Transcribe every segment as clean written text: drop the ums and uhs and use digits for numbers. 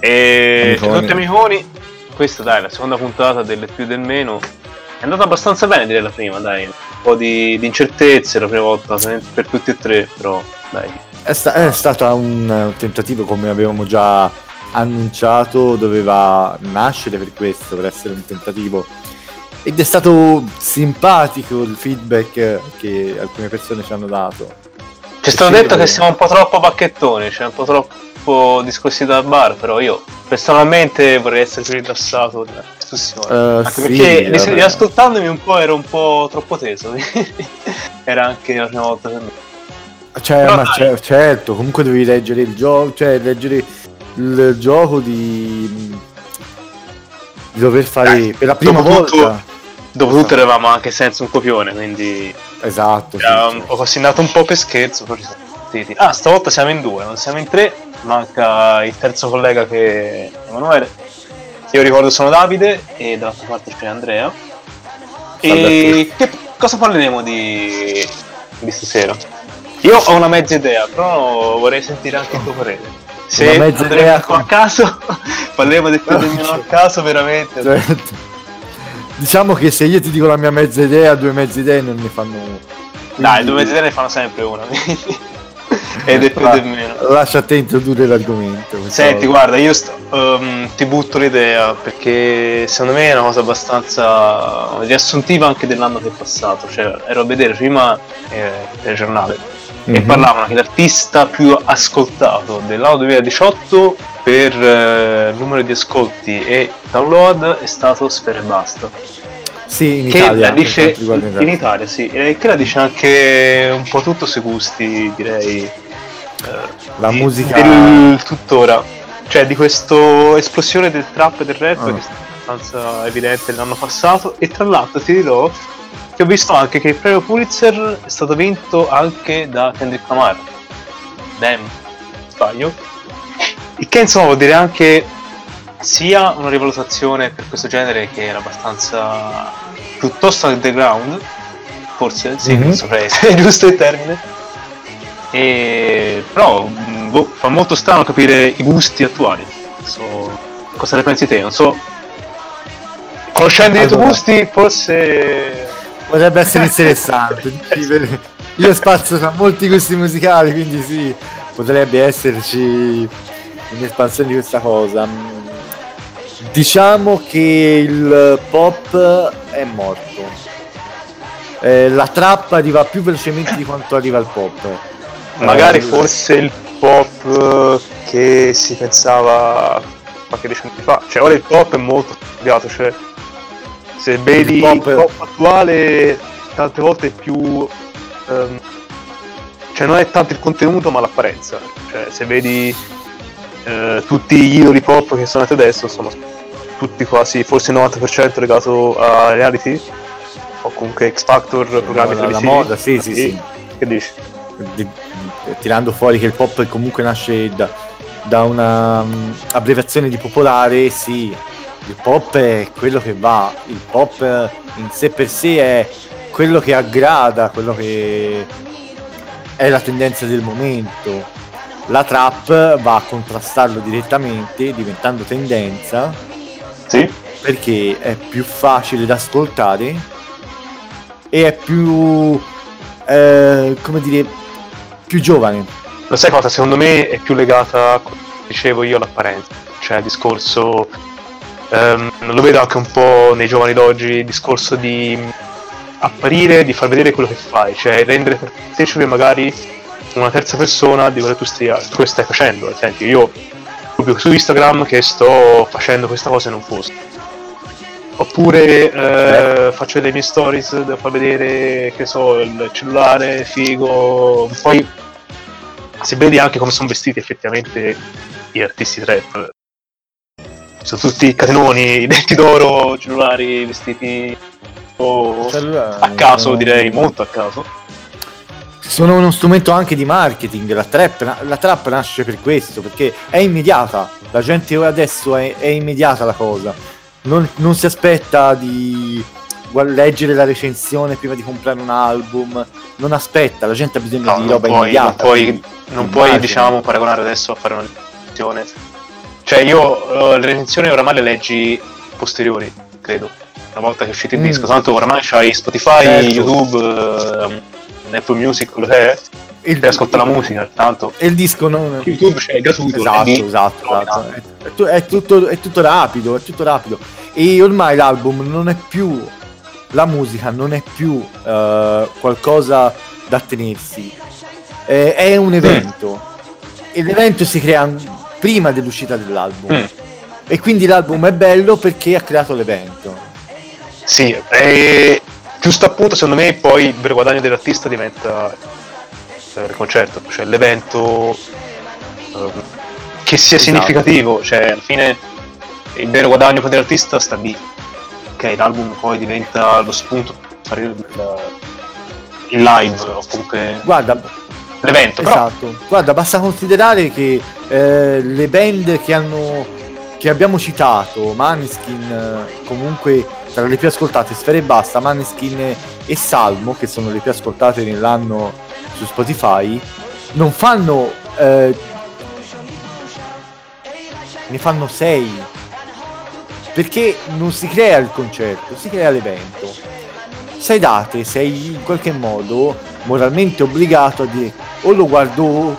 E tutti amiconi, questa dai, la seconda puntata del più del meno è andata abbastanza bene, direi la prima, dai, un po' di incertezze la prima volta per tutti e tre, però dai. È stato un tentativo, come avevamo già annunciato, doveva nascere per questo, per essere un tentativo, ed è stato simpatico il feedback che alcune persone ci hanno dato. C'è stato detto che siamo un po' troppo pacchettoni, cioè un po' troppo discorsi da bar, però io personalmente vorrei essere più rilassato nella discussione, anche perché riascoltandomi un po' ero un po' troppo teso. Era anche la prima volta per me. Certo, comunque devi leggere il gioco, cioè leggere il gioco di dover fare per la prima volta. Dopotutto eravamo anche senza un copione, quindi esatto. Ho assegnato un po' per scherzo, poi ci siamo partiti. Stavolta siamo in 2, non siamo in 3, manca il terzo collega che è Emanuele. Io ricordo sono Davide e dall'altra parte c'è Andrea. E cosa parleremo di stasera? Io ho una mezza idea, però vorrei sentire anche il tuo parere. Se andremo a caso, parliamo del più del meno a caso, veramente. Certo. Diciamo che se io ti dico la mia mezza idea, 2 mezze idee non ne fanno una. Dai, 2 mezze idee ne fanno sempre una. Ed è più del meno. Lascia a te introdurre l'argomento. Senti, guarda, io ti butto l'idea perché secondo me è una cosa abbastanza riassuntiva anche dell'anno che è passato. Cioè, ero a vedere prima il giornale e parlavano che l'artista più ascoltato dell'anno 2018 per numero di ascolti e download è stato Sfera Ebbasta. Sì, in che Italia. La dice in Italia, sì, e che la dice anche un po' tutto sui gusti, direi. La musica del tuttora, cioè di questa esplosione del trap e del rap che è stata abbastanza evidente l'anno passato. E tra l'altro ti dirò che ho visto anche che il premio Pulitzer è stato vinto anche da Kendrick Lamar. Sbaglio? Il che insomma vuol dire anche sia una rivalutazione per questo genere che era abbastanza piuttosto underground, forse, sì, non saprei se è giusto il termine. Però fa molto strano capire i gusti attuali. Cosa ne pensi te? Non so. Conoscendo i tuoi gusti, forse potrebbe essere interessante. Io spazio tra molti gusti musicali, quindi sì, potrebbe esserci un'espansione di questa cosa. Diciamo che il pop è morto. La trap arriva più velocemente di quanto arriva il pop. Magari forse il pop che si pensava qualche decennio fa. Cioè ora il pop è molto cambiato, cioè se vedi il pop attuale tante volte è più cioè non è tanto il contenuto ma l'apparenza. Cioè se vedi tutti gli idoli pop che sono nati adesso sono tutti quasi, forse il 90% legato a reality o comunque X Factor, programmi televisivi. La moda, sì. Che dici? Tirando fuori che il pop comunque nasce da una abbreviazione di popolare, sì, il pop è quello che va, il pop in sé per sé è quello che aggrada, quello che è la tendenza del momento. La trap va a contrastarlo direttamente, diventando tendenza, sì, perché è più facile da ascoltare e è più come dire, più giovane. Lo sai cosa? Secondo me è più legata, come dicevo io, all'apparenza. Cioè il discorso lo vedo anche un po' nei giovani d'oggi, il discorso di apparire, di far vedere quello che fai, cioè rendere partecipe magari una terza persona di quello che tu stai facendo. Ad esempio io proprio su Instagram che sto facendo questa cosa in un post, oppure faccio dei miei stories, devo far vedere, che so, il cellulare figo. Poi se vedi anche come sono vestiti effettivamente gli artisti trap, sono tutti catenoni, i denti d'oro, cellulari, vestiti a caso, direi molto a caso. Sono uno strumento anche di marketing. La trap nasce per questo, perché è immediata. La gente adesso è immediata la cosa. Non si aspetta di leggere la recensione prima di comprare un album. Non aspetta, la gente ha bisogno di roba immediata. Non puoi diciamo paragonare adesso a fare una recensione Cioè io le recensioni oramai le leggi posteriori, credo. Una volta che è uscito il disco, tanto oramai c'hai Spotify, Certo. YouTube, Apple Music, quello che è. Il- Per ascoltare la musica, tanto. E il disco non... YouTube c'è, è gratuito. Esatto. È tutto rapido, è tutto rapido. E ormai l'album non è più... La musica non è più qualcosa da tenersi. È un evento. E l'evento si crea prima dell'uscita dell'album. E quindi l'album è bello perché ha creato l'evento. Sì, e giusto appunto, secondo me poi il vero guadagno dell'artista diventa il concerto, cioè l'evento che sia significativo, cioè alla fine il vero guadagno per l'artista sta lì. Ok, l'album poi diventa lo spunto per fare il live o comunque Guarda, l'evento. esatto. Però... Guarda, basta considerare che le band che abbiamo citato, Maneskin, comunque tra le più ascoltate, Sfera Ebbasta, Maneskin e Salmo, che sono le più ascoltate nell'anno su Spotify, non fanno ne fanno 6, perché non si crea il concerto, si crea l'evento. Sei date, sei in qualche modo moralmente obbligato a dire o lo guardo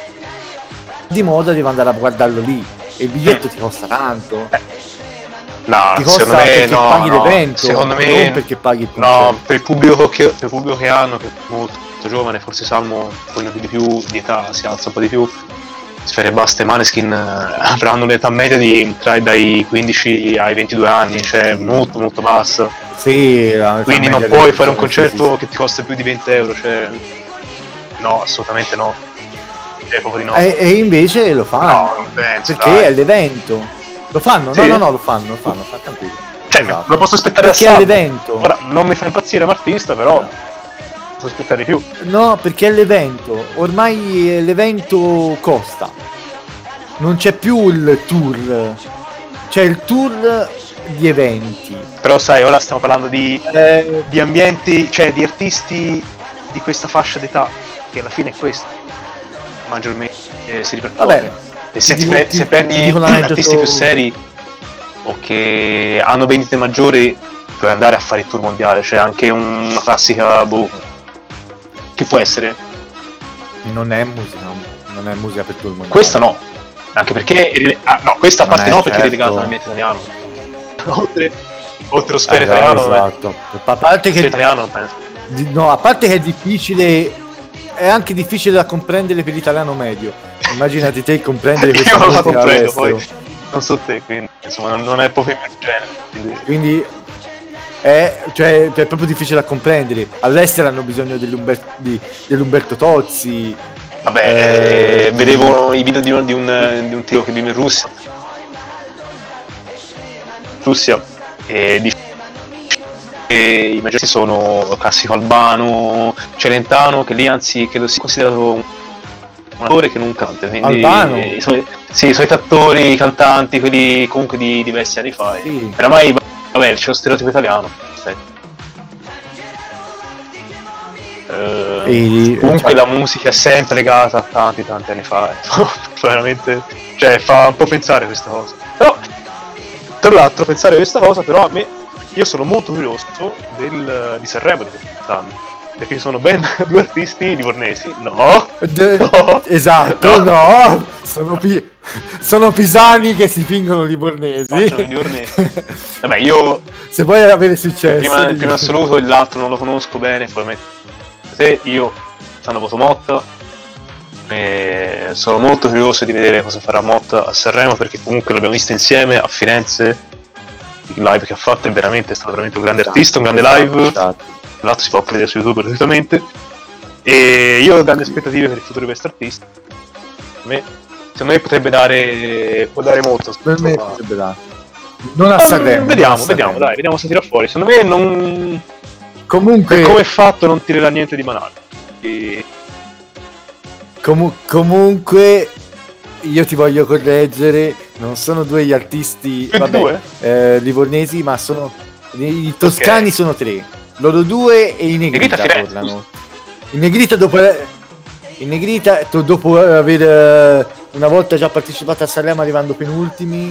di moda, devo andare a guardarlo lì, e il biglietto ti costa tanto. No, Ti costa secondo me perché no, paghi no, l'evento, secondo me non perché paghi il concerto. no, per il pubblico che hanno, che è molto giovane, forse Salmo quello di più di età si alza un po' di più. Sfera Ebbasta e Maneskin avranno l'età media dai 15 ai 22 anni, cioè molto molto bassa. Sì, Quindi non puoi fare un concerto che ti costa più di 20 euro, cioè no, assolutamente no. Cioè, proprio di no. E invece lo fanno, No, non penso, perché dai. è l'evento. Lo fanno? Sì. No, lo fanno, fa tranquillo. Cioè, Esatto. lo posso aspettare Perché a è Salmo. l'evento. Ora, non mi fa impazzire l'artista, però posso aspettare di più. No, perché è l'evento. Ormai l'evento costa. Non c'è più il tour. C'è il tour di eventi. Però sai, ora stiamo parlando di ambienti, cioè di artisti di questa fascia d'età, che alla fine è questo. Maggiormente si ripercuote. Vabbè, E se, ti prendi dico l'aneddoto- artisti più seri o che hanno vendite maggiori, puoi andare a fare il tour mondiale, cioè anche una classica che può essere. Non è musica per tutto il mondo. Questa no, anche perché no, questa a Non parte è, no, perché è certo. dedicata all'ambiente italiano. oltre lo Sfera italiano, esatto. A parte che italiano non penso. no, a parte che è difficile, è anche difficile da comprendere per l'italiano medio. Immaginati te comprendere questa Io non la musica comprendo, all'estero. poi non so te, quindi insomma non è proprio il mio genere. Quindi cioè, è proprio difficile da comprendere. All'estero hanno bisogno dell'Umberto Tozzi. Vedevo i video di un tio che vive in Russia e i maggiori sono classico Albano, Celentano, che lì anzi credo sia considerato un attore che non canta, quindi Albano? i soliti attori, i cantanti, quelli comunque di diversi anni fa. Sì. Oramai vabbè, c'è lo stereotipo italiano. Comunque cioè, la musica è sempre legata a tanti anni fa, veramente, cioè fa un po' pensare questa cosa. Però tra l'altro pensare a questa cosa, però a me, io sono molto curioso di Sanremo di quest'anno, perché ci sono ben due artisti livornesi. No. Esatto, no. Sono pisani che si fingono livornesi. Vabbè, io se vuoi avere successo, prima in assoluto l'altro non lo conosco bene, probabilmente te, io sono voto Motta e sono molto curioso di vedere cosa farà Motta a Sanremo, perché comunque l'abbiamo visto insieme a Firenze, il live che ha fatto è stato veramente un grande artista, un grande live. L'altro si può vedere su YouTube gratuitamente e io ho grandi aspettative per il futuro di questo artista. Secondo me può dare molto. Per me potrebbe dare. Non a Sanremo. Vediamo se tira fuori. Secondo me non. Comunque, per come è fatto non tirerà niente di banale. Comunque io ti voglio correggere, non sono due gli artisti livornesi, ma sono i toscani, sono tre. Loro due e i Negrita tornano. In Negrita dopo aver una volta già partecipato a Sanremo arrivando penultimi,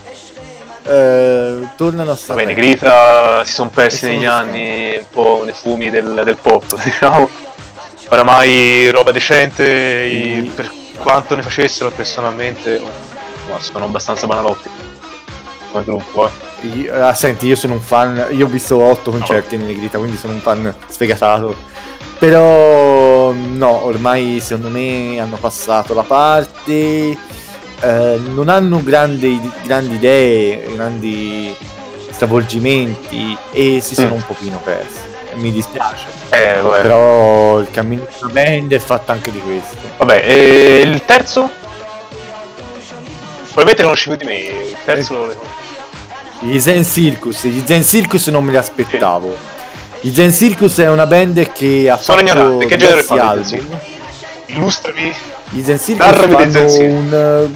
tornano a Vabbè, Sanremo. Negrita si sono persi E negli sono anni un po' nei fumi del pop, diciamo. Oramai roba decente, Sì. per quanto ne facessero personalmente, ma sono abbastanza banalotti come gruppo. Senti, io sono un fan, io ho visto 8 concerti in Negrita, quindi sono un fan sfegatato. Però no, ormai secondo me hanno passato la parte, non hanno grandi idee, grandi stravolgimenti e si sono un pochino persi. Mi dispiace. Vabbè. Però il cammino della band è fatto anche di questo. Vabbè, e il terzo? Probabilmente lo conosci più di me, il terzo Gli Zen Circus non me li aspettavo. Gli Zen Circus è una band che ha sono fatto ignorante, che genere diversi fa? album. Illustrami. Gli Zen Circus Narrami dei Zen fanno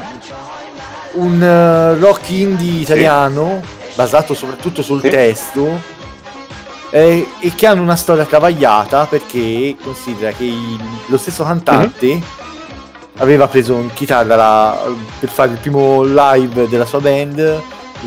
un rock indie italiano basato soprattutto sul testo e che hanno una storia travagliata, perché considera che lo stesso cantante aveva preso in chitarra per fare il primo live della sua band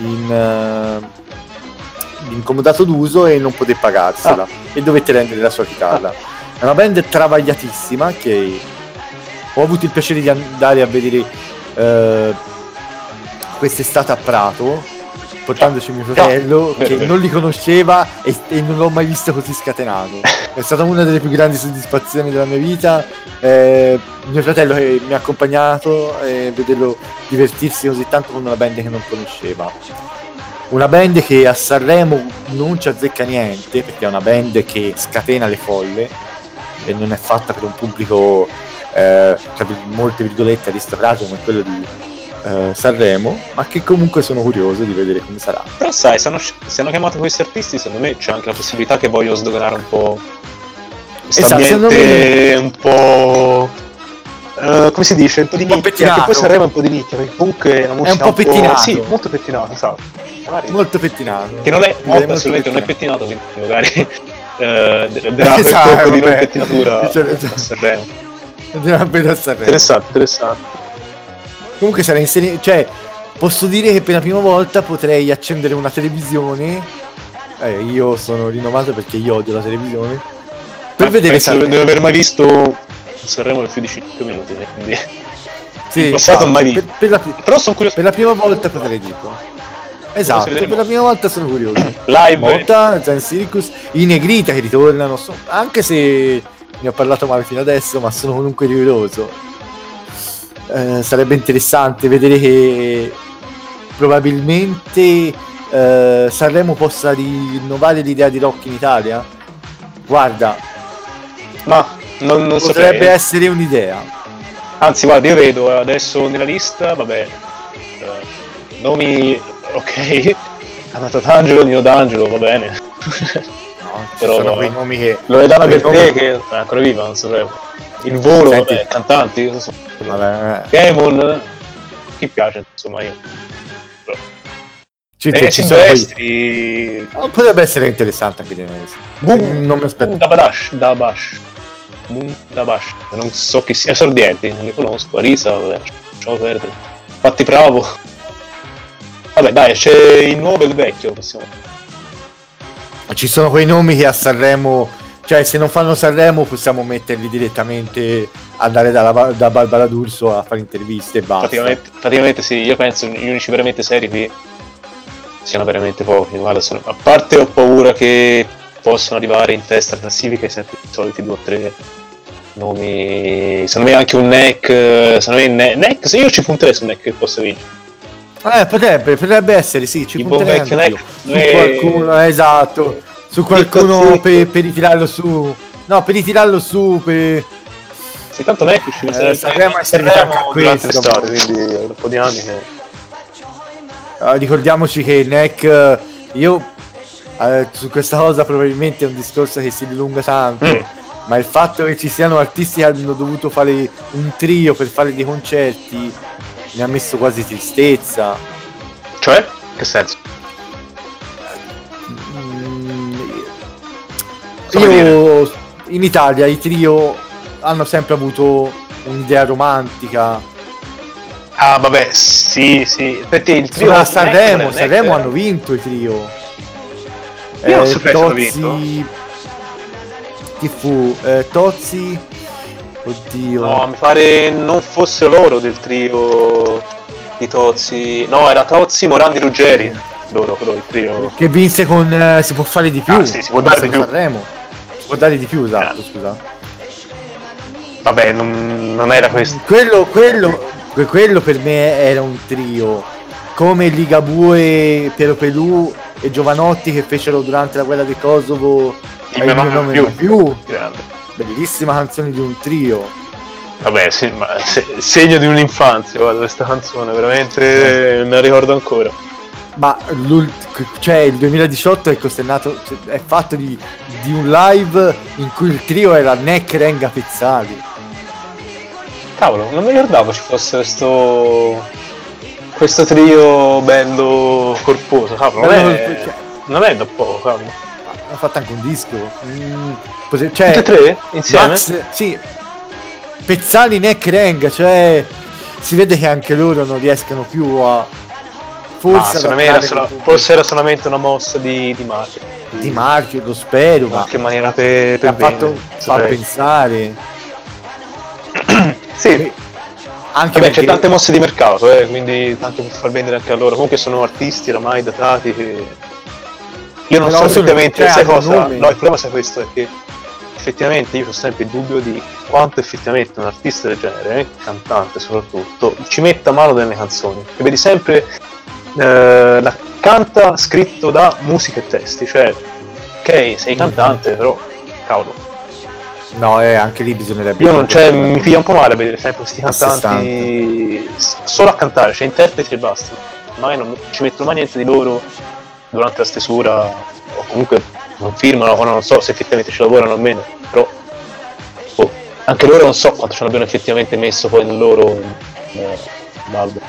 in comodato d'uso e non poté pagarsela e dovette rendere la sua chitarra. È una band travagliatissima che ho avuto il piacere di andare a vedere quest'estate a Prato, portandoci mio fratello che non li conosceva e non l'ho mai visto così scatenato. È stata una delle più grandi soddisfazioni della mia vita. Mio fratello che mi ha accompagnato e vederlo divertirsi così tanto con una band che non conosceva. Una band che a Sanremo non ci azzecca niente, perché è una band che scatena le folle e non è fatta per un pubblico tra molte virgolette aristocratico come quello di Sanremo, ma che comunque sono curioso di vedere come sarà. Però sai, se hanno chiamato questi artisti, secondo me c'è anche la possibilità che voglio sdoganare un po' questo ambiente un po' come si dice? Un po' di nicchia, che poi Sanremo è un po' di nicchia, perché comunque la musica è un po' pettinato. Sì, molto pettinato, esatto. Molto pettinato. Che non è assolutamente non è pettinato, quindi magari darà quel tocco di non pettinatura a Sanremo. Interessante. Comunque sarà cioè posso dire che per la prima volta potrei accendere una televisione. Io sono rinomato perché io odio la televisione. Per vedere Sanremo. Non aver mai visto Sanremo più di 5 minuti, quindi sì, in passato mai visto. Però sono curioso. Per la prima volta potrei dirlo. Esatto, per la prima volta sono curioso. Live Motta, Zen Circus, i Negrita che ritornano, anche se ne ho parlato male fino adesso, ma sono comunque curioso. Sarebbe interessante vedere che probabilmente Sanremo possa rinnovare l'idea di rock in Italia. Guarda, ma non potrebbe saprei. essere un'idea. Anzi, guarda, io vedo adesso nella lista, vabbè, nomi, ok, Amato D'Angelo, Nino D'Angelo, va bene. No, però sono quei nomi che Loredana Bertè che è ancora viva, non sapevo. Il volo, senti, vabbè, cantanti, non so. Vabbè. Chi piace, insomma, io. Ci sono potrebbe essere interessante anche non mi aspetto. Dabash. Non so chi sia, Sordienti, non li conosco. Arisa, vabbè, ciao verde. Fatti bravo. Vabbè, dai, c'è il nuovo e il vecchio, possiamo. Ci sono quei nomi che a Sanremo, cioè se non fanno Sanremo possiamo metterli direttamente, andare da Barbara D'Urso a fare interviste e basta. Praticamente sì, io penso gli unici veramente seri qui siano veramente pochi. Guarda, a parte ho paura che possono arrivare in testa classifica i soliti 2 o 3 nomi. Secondo me anche un Neck, Neck, se io ci punterei su Neck che possa vincere. Potrebbe essere, sì, ci punterei anche io. Su qualcuno, esatto, su qualcuno per ritirarlo su. No, per ritirarlo su, per... Sì, tanto Neck Sanremo è servito anche a durante questo, l'estate, quindi un po' di anni che... ricordiamoci che Neck, io su questa cosa probabilmente è un discorso che si dilunga tanto, ma il fatto che ci siano artisti che hanno dovuto fare un trio per fare dei concerti mi ha messo quasi tristezza. Cioè? Che senso? Io in Italia i trio hanno sempre avuto un'idea romantica Ah, vabbè, sì, perché il trio... A Sanremo, non è Sanremo che- hanno vinto i trio. Io non sapevo se hanno Tozzi... Chi fu? Tozzi... Oddio... No, mi pare non fosse loro del trio di Tozzi. No, era Tozzi, Morandi, Ruggeri. Loro, il trio. Che vinse con Si può fare di più. Ah, sì, si può dare di più. Sanremo. Si può dare di più, esatto, Eh. scusa. Vabbè, non era questo. Quello per me era un trio. Come Ligabue, Piero Pelù e Giovanotti che fecero durante la guerra di Kosovo Il mio nome non più. è più. Grande. Bellissima canzone di un trio. Vabbè, sì, ma segno di un'infanzia, guarda, questa canzone, veramente me la ricordo ancora. Ma cioè il 2018 è costernato, è fatto di un live in cui il trio era Neck, Renga, Pezzali. Cavolo, non mi ricordavo ci fosse questo trio bello corposo, cavolo, non è da poco, cavolo. Ha fatto anche un disco. Cioè, Tutti e tre insieme? Max, sì. Pezzali, Neck, Renga, cioè si vede che anche loro non riescono più a forse era solamente una mossa di marketing. Di marchio, lo spero, In ma qualche maniera per ha fatto far pensare. Sì, anche vabbè, perché c'è tante mosse di mercato, quindi tanto per far vendere anche a loro. Comunque sono artisti oramai datati che... Io non so effettivamente, sai cosa? No, il problema è questo, è che effettivamente io ho sempre il dubbio di quanto effettivamente un artista del genere, cantante soprattutto, ci metta mano nelle canzoni. E vedi sempre la canta scritto da musica e testi, cioè ok, sei cantante, però cavolo. No, anche lì bisognerebbe... Io non, cioè, mi piglia un po' male vedere sempre questi cantanti solo a cantare, cioè interpreti e basta. Mai non ci mettono mai niente di loro durante la stesura, o comunque non firmano, o non so se effettivamente ci lavorano o meno, però anche loro non so quanto ce l'abbiano effettivamente messo poi nel loro l'album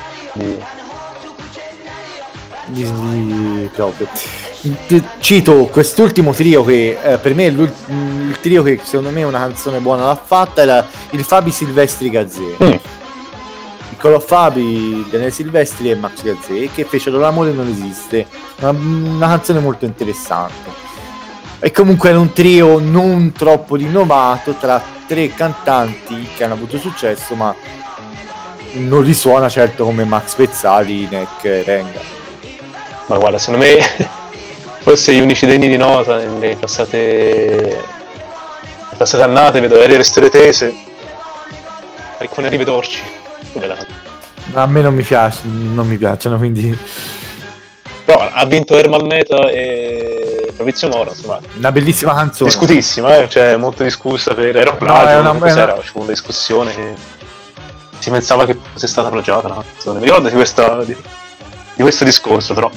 proprio. Cito quest'ultimo trio che per me è il trio che secondo me una canzone buona l'ha fatta, era il Fabi Silvestri Gazzè. Piccolo Fabi, Daniele Silvestri e Max Gazzè, che fecero L'amore non esiste, una canzone molto interessante. E comunque era un trio non troppo rinnovato tra tre cantanti che hanno avuto successo, ma non risuona certo come Max Pezzali, Neck, Renga. Ma guarda, secondo me forse gli unici degni di nota nelle passate annate, vedo Aereo e Storie Tese, alcuni arrivederci. A me non mi piacciono, quindi... Però ha vinto Ermal Meta e Fabrizio Moro, insomma. Una bellissima canzone. Discutissima, cioè molto discussa per era una discussione che si pensava che fosse stata plagiata la canzone. Mi ricordo di questo discorso, però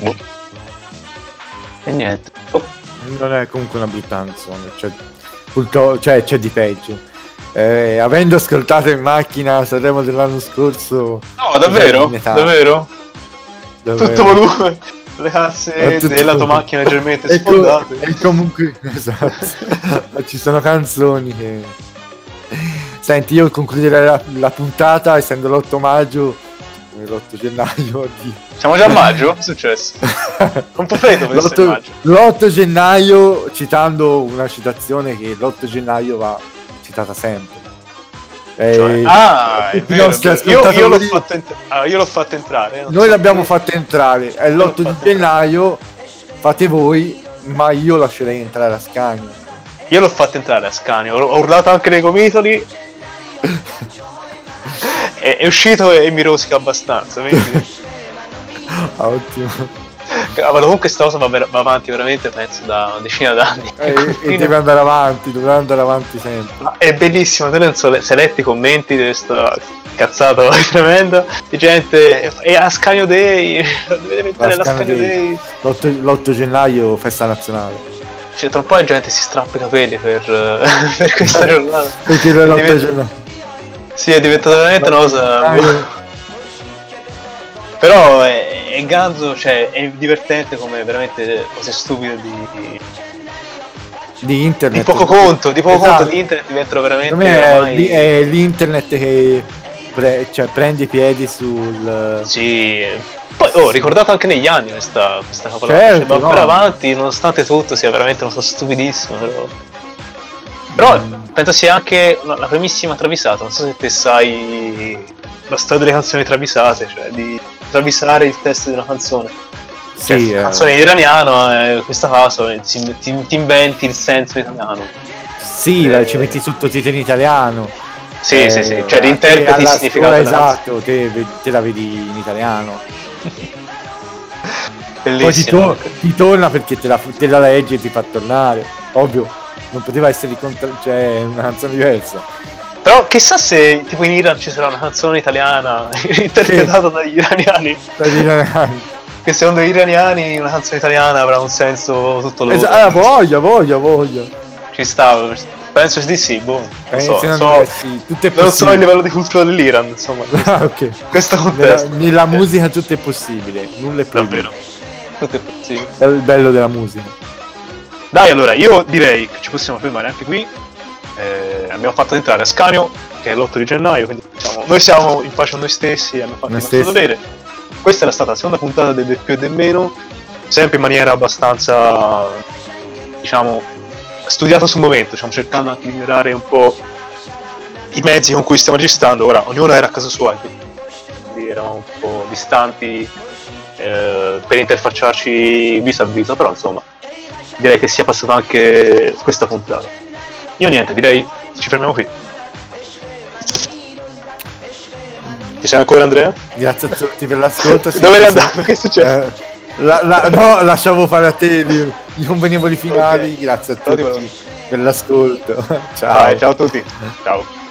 e niente. Non è comunque una brutta canzone, c'è di peggio. Avendo ascoltato in macchina Sanremo dell'anno scorso... No, davvero? Davvero? Tutto volume, le casse della tua macchina leggermente sfondate. E comunque, esatto, ci sono canzoni che... Senti, io concluderei la puntata, essendo l'8 maggio, l'8 gennaio. Oddio. Siamo già a maggio? Che è successo? Un po' freddo per essere maggio. L'8 gennaio, citando una citazione che l'8 gennaio va citata sempre. È vero, io l'ho fatto entrare. Noi l'abbiamo fatto entrare, è l'8 di gennaio, fate voi, ma io lascerei entrare a Scania. Io l'ho fatto entrare a Scania, ho urlato anche nei comitoli. È uscito e mi rosica abbastanza, quindi... Ottimo. Ma comunque sta cosa va avanti veramente, penso, da una decina d'anni. E deve andare avanti, dovrà andare avanti sempre. È bellissimo, te non so se letti i commenti di questa cazzata tremenda di gente, e a Scagno Day, dovete mettere la Scagno Day. L'8 gennaio, festa nazionale. Cioè, tra un po' la gente si strappa i capelli per questa giornata. Perché l'8 gennaio. Sì, è diventata veramente una cosa... Però è ganzo, cioè è divertente come veramente cose stupide di internet. Di poco conto di internet diventano veramente... È l'internet che prende piedi sul... Sì. Poi ricordato anche negli anni questa cavolata. Certo, Cioè, va ancora no. avanti, nonostante tutto sia veramente una cosa stupidissima, però penso sia anche la primissima travisata. Non so se te sai la storia delle canzoni travisate, cioè di travisare il testo di una canzone. Sì, Cioè, canzone in iraniano, in questo caso ti inventi il senso italiano. sì, ci metti sottotitoli in italiano. Sì, sì, sì, cioè reinterpreti il significato della esatto, te la vedi in italiano. Poi Bellissimo. ti torna perché te la leggi e ti fa tornare. Ovvio, non poteva essere cioè una canzone diversa. Però chissà se tipo in Iran ci sarà una canzone italiana interpretata dagli iraniani. Che secondo gli iraniani una canzone italiana avrà un senso tutto loro. Voglia. Ci sta, penso di sì, boh. Non so, Sì, tutto è non so il possibile. livello di cultura dell'Iran, insomma. Ok. Questo contesto. Nella musica tutto è possibile, nulla è proibito. Davvero. Tutto è possibile. È il bello della musica. Dai, allora, io direi che ci possiamo fermare anche qui. Abbiamo fatto entrare Ascanio, che è l'8 di gennaio, quindi diciamo, noi siamo in pace con noi stessi e abbiamo fatto il nostro dovere. Questa era stata la seconda puntata del più e del meno, sempre in maniera abbastanza, diciamo, studiata sul momento, diciamo, cercando anche di migliorare un po' i mezzi con cui stiamo registrando. Ora, ognuno era a casa sua, quindi eravamo un po' distanti per interfacciarci viso a viso, però insomma, direi che sia passata anche questa puntata. Io niente, direi ci fermiamo qui. Ci sei ancora, Andrea? Grazie a tutti per l'ascolto. Dove eri andato? Che è successo? No, lasciavo fare a te i convenevoli finali. Okay. Grazie a tutti per l'ascolto. Ciao. Ciao a tutti. Ciao.